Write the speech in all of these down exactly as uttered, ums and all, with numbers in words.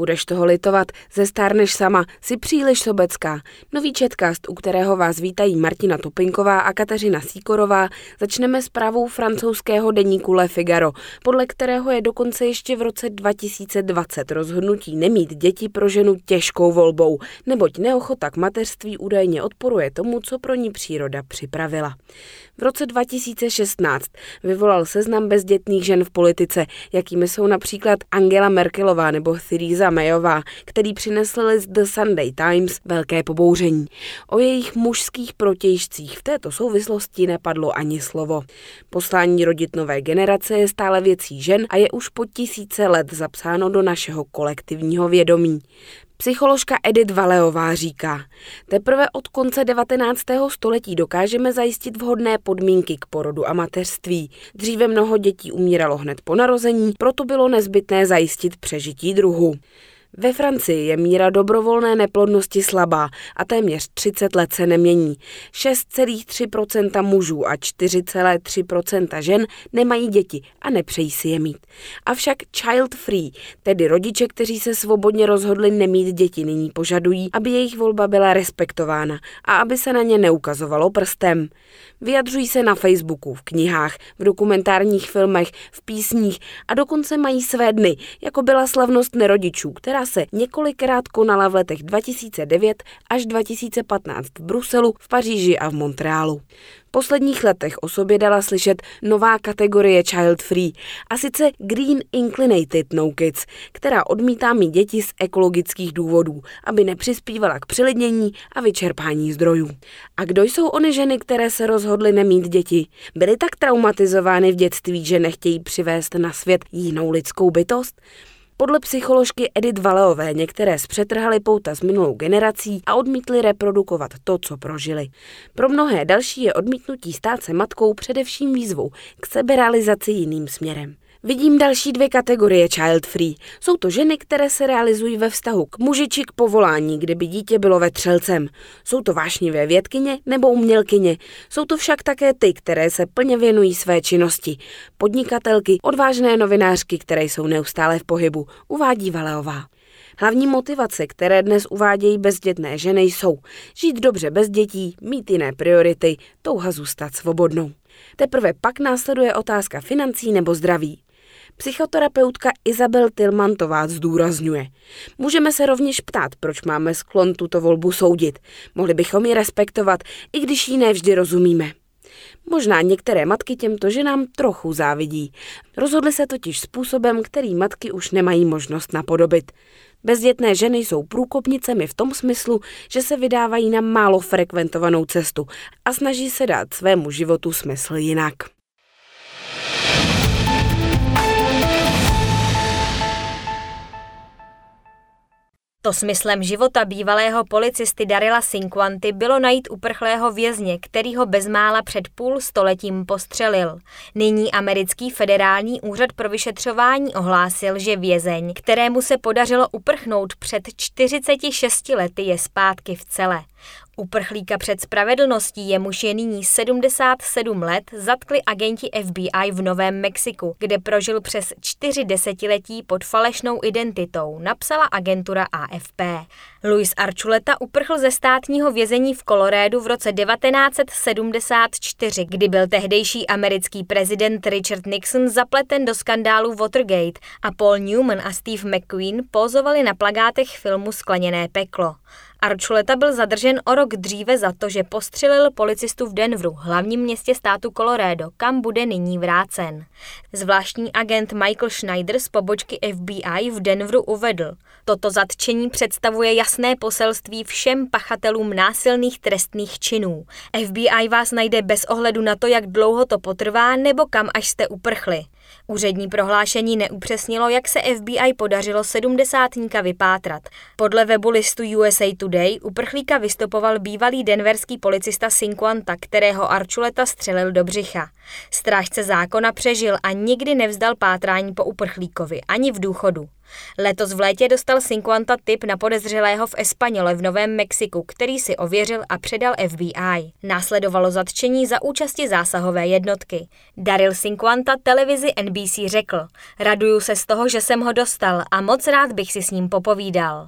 Budeš toho litovat, zestárneš sama, jsi příliš sobecká. Nový Chatcast, u kterého vás vítají Martina Topinková a Kateřina Sýkorová, začneme zprávou francouzského deníku Le Figaro, podle kterého je dokonce ještě v roce dva tisíce dvacet rozhodnutí nemít děti pro ženu těžkou volbou, neboť neochota k mateřství údajně odporuje tomu, co pro ní příroda připravila. V roce dva tisíce šestnáct vyvolal seznam bezdětných žen v politice, jakými jsou například Angela Merkelová nebo Theresa Mayová, který přinesl list The Sunday Times velké pobouření. O jejich mužských protějšcích v této souvislosti nepadlo ani slovo. Poslání rodit nové generace je stále věcí žen a je už po tisíce let zapsáno do našeho kolektivního vědomí. Psycholožka Edith Valeová říká, teprve od konce devatenáctého století dokážeme zajistit vhodné podmínky k porodu a mateřství. Dříve mnoho dětí umíralo hned po narození, proto bylo nezbytné zajistit přežití druhu. Ve Francii je míra dobrovolné neplodnosti slabá a téměř třicet let se nemění. šest celá tři procenta mužů a čtyři celá tři procenta žen nemají děti a nepřejí si je mít. Avšak child free, tedy rodiče, kteří se svobodně rozhodli nemít děti, nyní požadují, aby jejich volba byla respektována a aby se na ně neukazovalo prstem. Vyjadřují se na Facebooku, v knihách, v dokumentárních filmech, v písních a dokonce mají své dny, jako byla slavnost nerodičů, která se několikrát konala v letech dva tisíce devět až dva tisíce patnáct v Bruselu, v Paříži a v Montrealu. V posledních letech o sobě dala slyšet nová kategorie child free, a sice Green Inclinated No Kids, která odmítá mít děti z ekologických důvodů, aby nepřispívala k přelidnění a vyčerpání zdrojů. A kdo jsou ony ženy, které se rozhodly nemít děti? Byly tak traumatizovány v dětství, že nechtějí přivést na svět jinou lidskou bytost? Podle psycholožky Edith Valeové některé zpřetrhaly pouta s minulou generací a odmítly reprodukovat to, co prožili. Pro mnohé další je odmítnutí stát se matkou především výzvou k seberealizaci jiným směrem. Vidím další dvě kategorie child free. Jsou to ženy, které se realizují ve vztahu k muži či k povolání, kdyby dítě bylo vetřelcem. Jsou to vášnivé vědkyně nebo umělkyně. Jsou to však také ty, které se plně věnují své činnosti. Podnikatelky, odvážné novinářky, které jsou neustále v pohybu, uvádí Valeová. Hlavní motivace, které dnes uvádějí bezdětné ženy, jsou žít dobře bez dětí, mít jiné priority, touha zůstat svobodnou. Teprve pak následuje otázka financí nebo zdraví. Psychoterapeutka Isabel Tilmantová zdůrazňuje. Můžeme se rovněž ptát, proč máme sklon tuto volbu soudit. Mohli bychom ji respektovat, i když ji nevždy rozumíme. Možná některé matky těmto ženám trochu závidí. Rozhodly se totiž způsobem, který matky už nemají možnost napodobit. Bezdětné ženy jsou průkopnicemi v tom smyslu, že se vydávají na málo frekventovanou cestu a snaží se dát svému životu smysl jinak. To smyslem života bývalého policisty Darryla Cinquanty bylo najít uprchlého vězně, který ho bezmála před půl stoletím postřelil. Nyní americký federální úřad pro vyšetřování ohlásil, že vězeň, kterému se podařilo uprchnout před čtyřiceti šesti lety, je zpátky v cele. Uprchlíka před spravedlností, jemuž je nyní sedmdesát sedm let, zatkli agenti F B I v Novém Mexiku, kde prožil přes čtyři desetiletí pod falešnou identitou, napsala agentura A F P. Luis Archuleta uprchl ze státního vězení v Coloradu v roce devatenáct set sedmdesát čtyři, kdy byl tehdejší americký prezident Richard Nixon zapleten do skandálu Watergate a Paul Newman a Steve McQueen pózovali na plakátech filmu Skleněné peklo. Archuleta byl zadržen o rok dříve za to, že postřelil policistu v Denveru, hlavním městě státu Colorado, kam bude nyní vrácen. Zvláštní agent Michael Schneider z pobočky F B I v Denveru uvedl: toto zatčení představuje jasné poselství všem pachatelům násilných trestných činů. F B I vás najde bez ohledu na to, jak dlouho to potrvá nebo kam až jste uprchli. Úřední prohlášení neupřesnilo, jak se F B I podařilo sedmdesátníka vypátrat. Podle webu listu U S A Today uprchlíka vystopoval bývalý denverský policista Cinquanta, kterého Archuleta střelil do břicha. Strážce zákona přežil a nikdy nevzdal pátrání po uprchlíkovi, ani v důchodu. Letos v létě dostal Cinquanta tip na podezřelého v Españole v Novém Mexiku, který si ověřil a předal F B I. Následovalo zatčení za účasti zásahové jednotky. Daryl Cinquanta televizi N B C řekl: "Raduju se z toho, že jsem ho dostal a moc rád bych si s ním popovídal."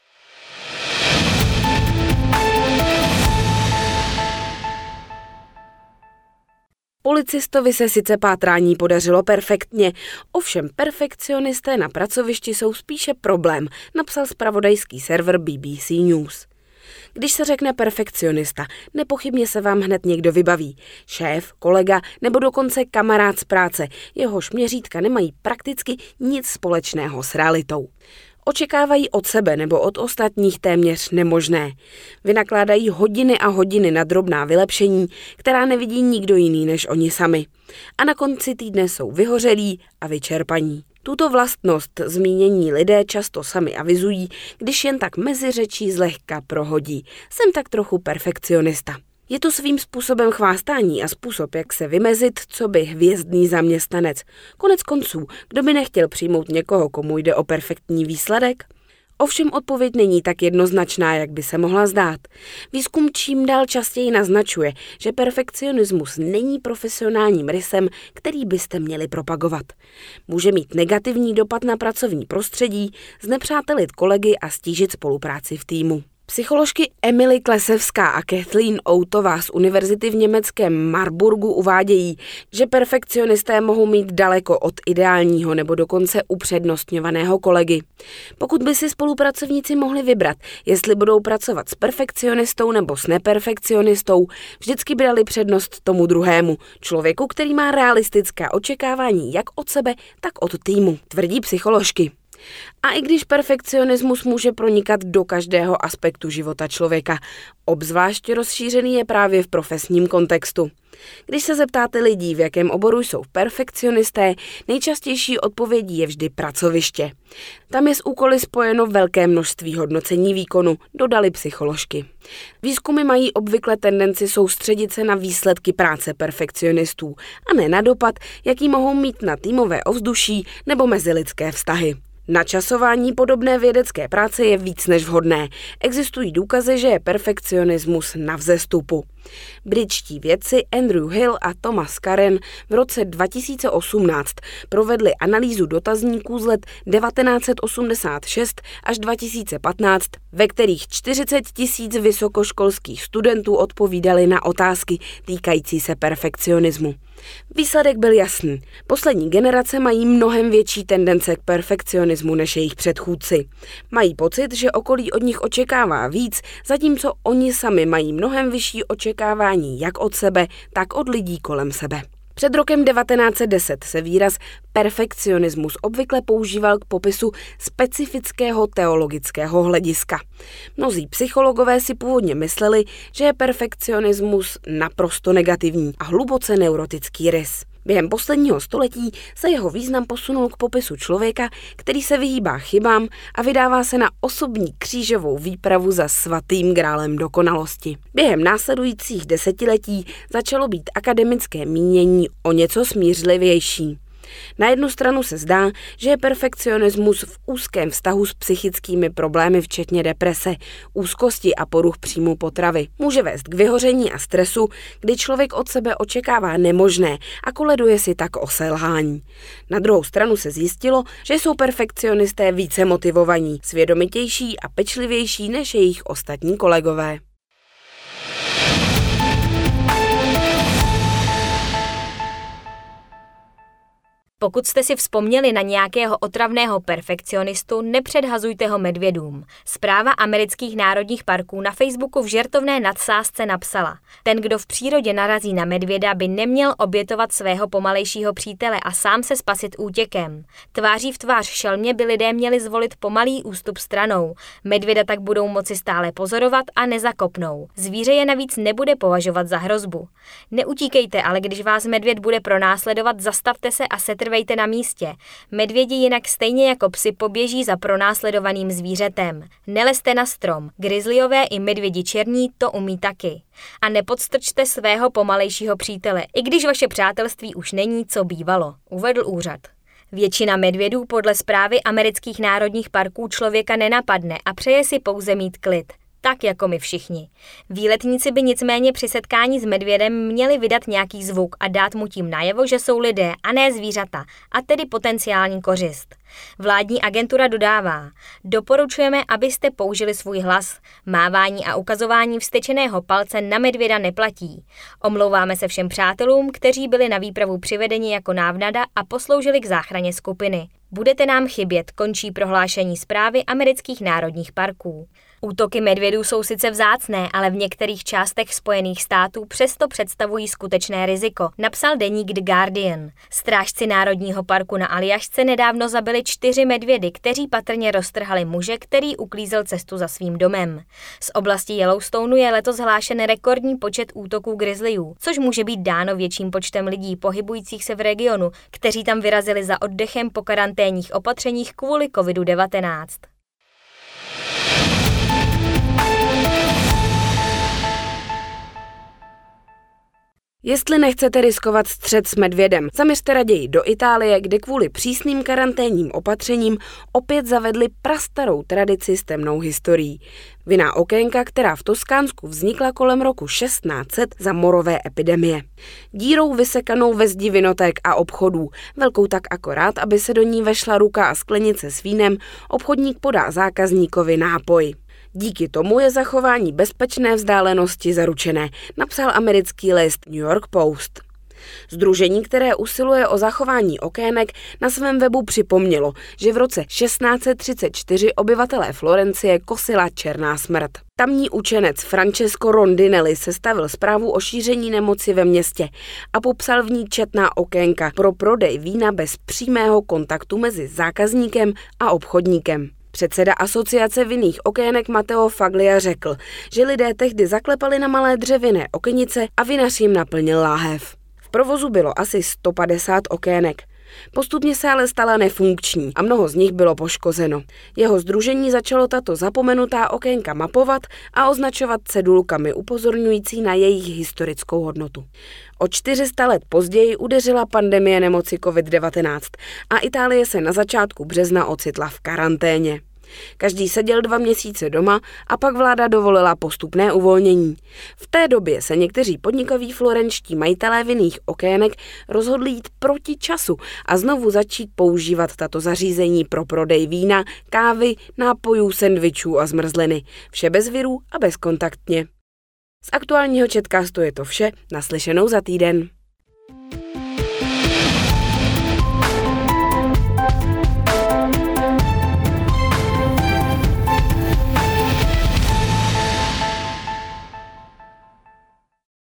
Policistovi se sice pátrání podařilo perfektně, ovšem perfekcionisté na pracovišti jsou spíše problém, napsal zpravodajský server B B C News. Když se řekne perfekcionista, nepochybně se vám hned někdo vybaví. Šéf, kolega nebo dokonce kamarád z práce, jehož měřítka nemají prakticky nic společného s realitou. Očekávají od sebe nebo od ostatních téměř nemožné. Vynakládají hodiny a hodiny na drobná vylepšení, která nevidí nikdo jiný než oni sami. A na konci týdne jsou vyhořelí a vyčerpaní. Tuto vlastnost zmínění lidé často sami avizují, když jen tak mezi řečí zlehka prohodí. Jsem tak trochu perfekcionista. Je to svým způsobem chvástání a způsob, jak se vymezit, co by hvězdný zaměstnanec. Konec konců, kdo by nechtěl přijmout někoho, komu jde o perfektní výsledek? Ovšem odpověď není tak jednoznačná, jak by se mohla zdát. Výzkum čím dál častěji naznačuje, že perfekcionismus není profesionálním rysem, který byste měli propagovat. Může mít negativní dopad na pracovní prostředí, znepřátelit kolegy a stížit spolupráci v týmu. Psycholožky Emily Klesevská a Kathleen Outová z univerzity v německém Marburgu uvádějí, že perfekcionisté mohou mít daleko od ideálního nebo dokonce upřednostňovaného kolegy. Pokud by si spolupracovníci mohli vybrat, jestli budou pracovat s perfekcionistou nebo s neperfekcionistou, vždycky by dali přednost tomu druhému, člověku, který má realistická očekávání jak od sebe, tak od týmu, tvrdí psycholožky. A i když perfekcionismus může pronikat do každého aspektu života člověka, obzvlášť rozšířený je právě v profesním kontextu. Když se zeptáte lidí, v jakém oboru jsou perfekcionisté, nejčastější odpovědí je vždy pracoviště. Tam je s úkoly spojeno velké množství hodnocení výkonu, dodali psycholožky. Výzkumy mají obvykle tendenci soustředit se na výsledky práce perfekcionistů a ne na dopad, jaký mohou mít na týmové ovzduší nebo mezilidské vztahy. Načasování podobné vědecké práce je víc než vhodné. Existují důkazy, že je perfekcionismus na vzestupu. Britští vědci Andrew Hill a Thomas Karen v roce dva tisíce osmnáct provedli analýzu dotazníků z let devatenáct set osmdesát šest až dva tisíce patnáct, ve kterých čtyřicet tisíc vysokoškolských studentů odpovídali na otázky týkající se perfekcionismu. Výsledek byl jasný. Poslední generace mají mnohem větší tendence k perfekcionismu než jejich předchůdci. Mají pocit, že okolí od nich očekává víc, zatímco oni sami mají mnohem vyšší očekávání jak od sebe, tak od lidí kolem sebe. Před rokem devatenáct set deset se výraz perfekcionismus obvykle používal k popisu specifického teologického hlediska. Mnozí psychologové si původně mysleli, že je perfekcionismus naprosto negativní a hluboce neurotický rys. Během posledního století se jeho význam posunul k popisu člověka, který se vyhýbá chybám a vydává se na osobní křížovou výpravu za svatým grálem dokonalosti. Během následujících desetiletí začalo být akademické mínění o něco smířlivější. Na jednu stranu se zdá, že je perfekcionismus v úzkém vztahu s psychickými problémy, včetně deprese, úzkosti a poruch příjmu potravy. Může vést k vyhoření a stresu, kdy člověk od sebe očekává nemožné a koleduje si tak o selhání. Na druhou stranu se zjistilo, že jsou perfekcionisté více motivovaní, svědomitější a pečlivější než jejich ostatní kolegové. Pokud jste si vzpomněli na nějakého otravného perfekcionistu, nepředhazujte ho medvědům. Správa amerických národních parků na Facebooku v žertovné nadsázce napsala: ten, kdo v přírodě narazí na medvěda, by neměl obětovat svého pomalejšího přítele a sám se spasit útěkem. Tváří v tvář šelmě by lidé měli zvolit pomalý ústup stranou. Medvěda tak budou moci stále pozorovat a nezakopnou. Zvíře je navíc nebude považovat za hrozbu. Neutíkejte, ale když vás medvěd bude pronásledovat, zastavte se a setrvejte na místě. Medvědi jinak stejně jako psi poběží za pronásledovaným zvířetem. Nelezte na strom. Grizzlyové i medvědi černí to umí taky. A nepodstrčte svého pomalejšího přítele, i když vaše přátelství už není, co bývalo, uvedl úřad. Většina medvědů podle zprávy amerických národních parků člověka nenapadne a přeje si pouze mít klid. Tak jako my všichni. Výletníci by nicméně při setkání s medvědem měli vydat nějaký zvuk a dát mu tím najevo, že jsou lidé a ne zvířata, a tedy potenciální kořist. Vládní agentura dodává, doporučujeme, abyste použili svůj hlas. Mávání a ukazování vztyčeného palce na medvěda neplatí. Omlouváme se všem přátelům, kteří byli na výpravu přivedeni jako návnada a posloužili k záchraně skupiny. Budete nám chybět, končí prohlášení zprávy amerických národních parků. Útoky medvědů jsou sice vzácné, ale v některých částech Spojených států přesto představují skutečné riziko, napsal deník The Guardian. Strážci Národního parku na Aljašce nedávno zabili čtyři medvědy, kteří patrně roztrhali muže, který uklízel cestu za svým domem. Z oblasti Yellowstoneu je letos hlášen rekordní počet útoků grizzlyů, což může být dáno větším počtem lidí pohybujících se v regionu, kteří tam vyrazili za oddechem po karanténních opatřeních kvůli kovidu devatenáct. Jestli nechcete riskovat střet s medvědem, zaměřte raději do Itálie, kde kvůli přísným karanténním opatřením opět zavedli prastarou tradici s temnou historií. Vinná okénka, která v Toskánsku vznikla kolem roku šestnáct set za morové epidemie. Dírou vysekanou ve zdi vinoték a obchodů, velkou tak akorát, aby se do ní vešla ruka a sklenice s vínem, obchodník podá zákazníkovi nápoj. Díky tomu je zachování bezpečné vzdálenosti zaručené, napsal americký list New York Post. Sdružení, které usiluje o zachování okének, na svém webu připomnělo, že v roce šestnáct set třicet čtyři obyvatelé Florencie kosila černá smrt. Tamní učenec Francesco Rondinelli sestavil zprávu o šíření nemoci ve městě a popsal v ní četná okénka pro prodej vína bez přímého kontaktu mezi zákazníkem a obchodníkem. Předseda asociace vinných okének Matteo Faglia řekl, že lidé tehdy zaklepali na malé dřevěné okenice a vinař jim naplnil láhev. V provozu bylo asi sto padesát okének. Postupně se ale stala nefunkční a mnoho z nich bylo poškozeno. Jeho sdružení začalo tato zapomenutá okénka mapovat a označovat cedulkami upozorňující na jejich historickou hodnotu. O čtyři sta let později udeřila pandemie nemoci covid devatenáct a Itálie se na začátku března ocitla v karanténě. Každý seděl dva měsíce doma a pak vláda dovolila postupné uvolnění. V té době se někteří podnikoví florenští majitelé vinných okének rozhodli jít proti času a znovu začít používat tato zařízení pro prodej vína, kávy, nápojů, sendvičů a zmrzliny. Vše bez virů a bezkontaktně. Z aktuálního Chatcastu je to vše, naslyšenou za týden.